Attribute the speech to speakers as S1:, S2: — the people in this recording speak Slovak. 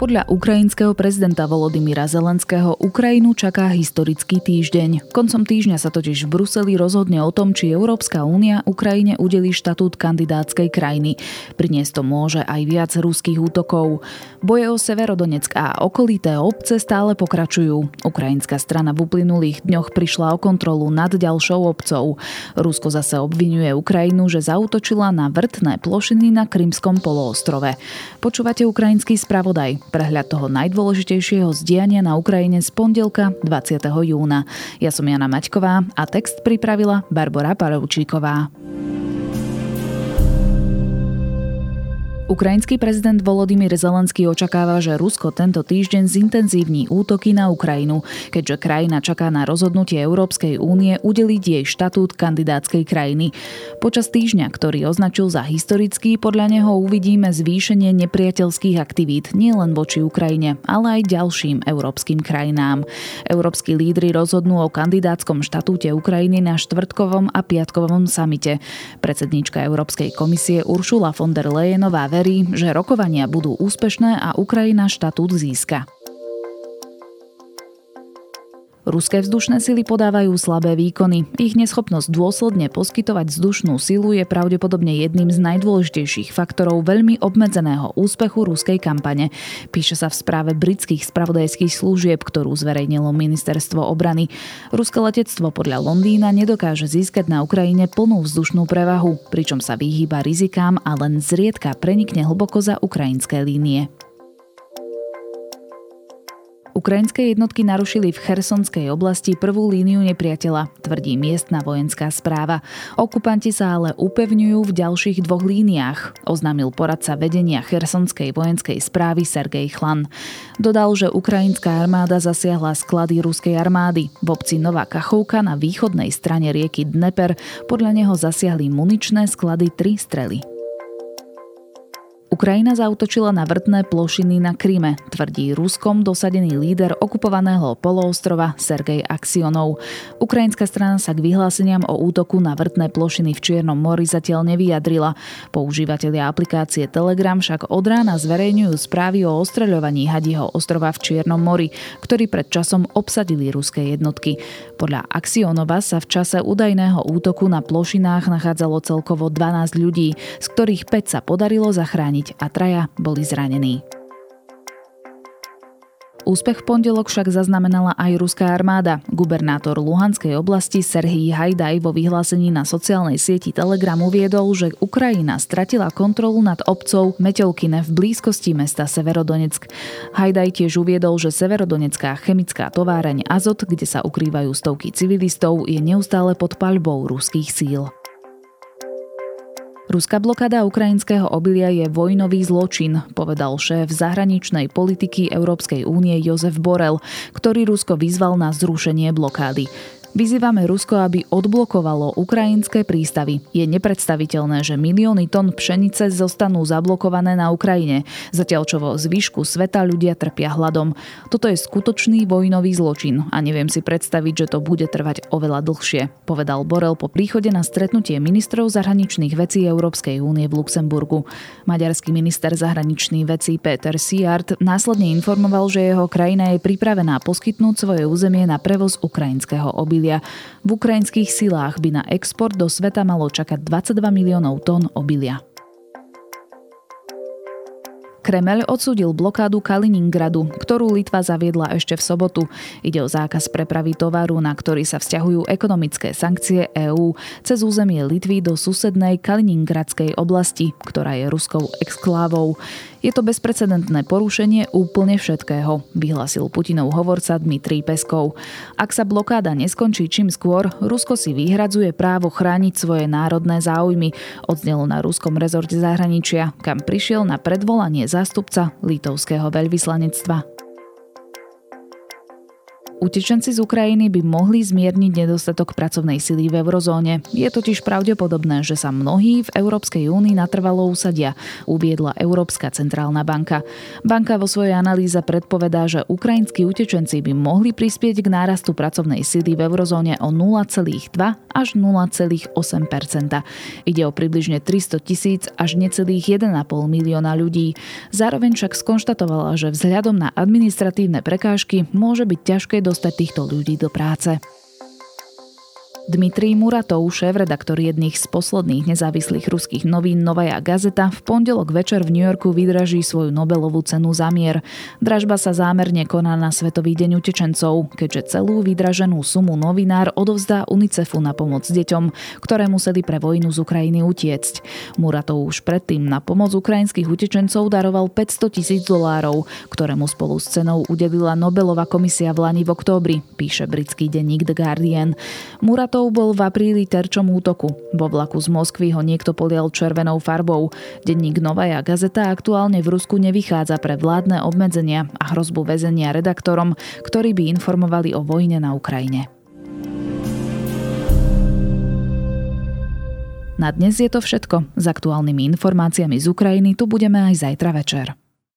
S1: Podľa ukrajinského prezidenta Volodymyra Zelenského Ukrajinu čaká historický týždeň. Koncom týždňa sa totiž v Bruseli rozhodne o tom, či Európska únia Ukrajine udelí štatút kandidátskej krajiny. Priniesť to môže aj viac ruských útokov. Boje o Severodonetsk a okolité obce stále pokračujú. Ukrajinská strana v uplynulých dňoch prišla o kontrolu nad ďalšou obcov. Rusko zase obviňuje Ukrajinu, že zaútočila na vrtné plošiny na Krymskom poloostrove. Počúvate ukrajinský spravodaj. Prehľad toho najdôležitejšieho zdiania na Ukrajine z pondelka 20. júna. Ja som Jana Maťková a text pripravila Barbora Parovčíková. Ukrajinský prezident Volodymyr Zelenský očakáva, že Rusko tento týždeň zintenzívni útoky na Ukrajinu, keďže krajina čaká na rozhodnutie Európskej únie udeliť jej štatút kandidátskej krajiny. Počas týždňa, ktorý označil za historický, podľa neho uvidíme zvýšenie nepriateľských aktivít nielen voči Ukrajine, ale aj ďalším európskym krajinám. Európski lídri rozhodnú o kandidátskom štatúte Ukrajiny na štvrtkovom a piatkovom samite. Predsedníčka Európskej komisie Ursula von der Leyenová verí, že rokovania budú úspešné a Ukrajina štatút získa. Ruské vzdušné sily podávajú slabé výkony. Ich neschopnosť dôsledne poskytovať vzdušnú silu je pravdepodobne jedným z najdôležitejších faktorov veľmi obmedzeného úspechu ruskej kampane. Píše sa v správe britských spravodajských služieb, ktorú zverejnilo ministerstvo obrany. Ruské letectvo podľa Londýna nedokáže získať na Ukrajine plnú vzdušnú prevahu, pričom sa vyhýba rizikám a len zriedka prenikne hlboko za ukrajinské línie. Ukrajinské jednotky narušili v Chersonskej oblasti prvú líniu nepriateľa, tvrdí miestna vojenská správa. Okupanti sa ale upevňujú v ďalších dvoch líniách, oznámil poradca vedenia Chersonskej vojenskej správy Sergej Chlan. Dodal, že ukrajinská armáda zasiahla sklady ruskej armády. V obci Nová Kachovka na východnej strane rieky Dneper podľa neho zasiahli muničné sklady 3 strely. Ukrajina zaútočila na vrtné plošiny na Kryme, tvrdí Ruskom dosadený líder okupovaného poloostrova Sergej Aksionov. Ukrajinská strana sa k vyhláseniam o útoku na vrtné plošiny v Čiernom mori zatiaľ nevyjadrila. Používatelia aplikácie Telegram však od rána zverejňujú správy o ostreľovaní Hadieho ostrova v Čiernom mori, ktorý pred časom obsadili ruské jednotky. Podľa Aksionova sa v čase údajného útoku na plošinách nachádzalo celkovo 12 ľudí, z ktorých 5 sa podarilo zachrániť a 3 boli zranení. Úspech v pondelok však zaznamenala aj ruská armáda. Gubernátor Luhanskej oblasti Serhij Hajdaj vo vyhlásení na sociálnej sieti Telegram uviedol, že Ukrajina stratila kontrolu nad obcov Meťovkine v blízkosti mesta Severodonetsk. Hajdaj tiež uviedol, že severodonetská chemická továreň Azot, kde sa ukrývajú stovky civilistov, je neustále pod paľbou ruských síl. Ruská blokáda ukrajinského obilia je vojnový zločin, povedal šéf zahraničnej politiky Európskej únie Jozef Borrell, ktorý Rusko vyzval na zrušenie blokády. Vyzývame Rusko, aby odblokovalo ukrajinské prístavy. Je nepredstaviteľné, že milióny tón pšenice zostanú zablokované na Ukrajine, zatiaľ čo vo zvyšku sveta ľudia trpia hladom. Toto je skutočný vojnový zločin a neviem si predstaviť, že to bude trvať oveľa dlhšie, povedal Borrell po príchode na stretnutie ministrov zahraničných vecí Európskej únie v Luxemburgu. Maďarský minister zahraničných vecí Peter Siart následne informoval, že jeho krajina je pripravená poskytnúť svoje územie na prevoz ukrajinského obilia. V ukrajinských silách by na export do sveta malo čakať 22 miliónov tón obilia. Kremeľ odsúdil blokádu Kaliningradu, ktorú Litva zaviedla ešte v sobotu. Ide o zákaz prepravy tovaru, na ktorý sa vzťahujú ekonomické sankcie EÚ cez územie Litvy do susednej Kaliningradskej oblasti, ktorá je ruskou exklávou. Je to bezprecedentné porušenie úplne všetkého, vyhlásil Putinov hovorca Dmitrij Peskov. Ak sa blokáda neskončí čím skôr, Rusko si vyhradzuje právo chrániť svoje národné záujmy, odznelo na ruskom rezorte zahraničia, kam prišiel na predvolanie zástupca litovského veľvyslanectva. Utečenci z Ukrajiny by mohli zmierniť nedostatok pracovnej sily v eurozóne. Je totiž pravdepodobné, že sa mnohí v Európskej únii natrvalo usadia, uviedla Európska centrálna banka. Banka vo svojej analýze predpovedá, že ukrajinskí utečenci by mohli prispieť k nárastu pracovnej sily v eurozóne o 0,2 až 0,8%. Ide o približne 300 000 až necelých 1,5 milióna ľudí. Zároveň však skonštatovala, že vzhľadom na administratívne prekážky môže byť ťažké dostať týchto ľudí do práce. Dmitrij Muratov, šéfredaktor jedných z posledných nezávislých ruských novín Novaja Gazeta, v pondelok večer v New Yorku vydraží svoju Nobelovú cenu za mier. Dražba sa zámerne koná na Svetový deň utečencov, keďže celú vydraženú sumu novinár odovzdá UNICEFu na pomoc deťom, ktoré museli pre vojnu z Ukrajiny utiecť. Muratov už predtým na pomoc ukrajinských utečencov daroval $500,000, ktoré mu spolu s cenou udelila Nobelová komisia v lani v októbri, píše britský denník The Guardian. Muratov bol v apríli terčom útoku. Vo vlaku z Moskvy ho niekto polial červenou farbou. Denník Novaja Gazeta aktuálne v Rusku nevychádza pre vládne obmedzenia a hrozbu väzenia redaktorom, ktorí by informovali o vojne na Ukrajine. Na dnes je to všetko. S aktuálnymi informáciami z Ukrajiny tu budeme aj zajtra večer.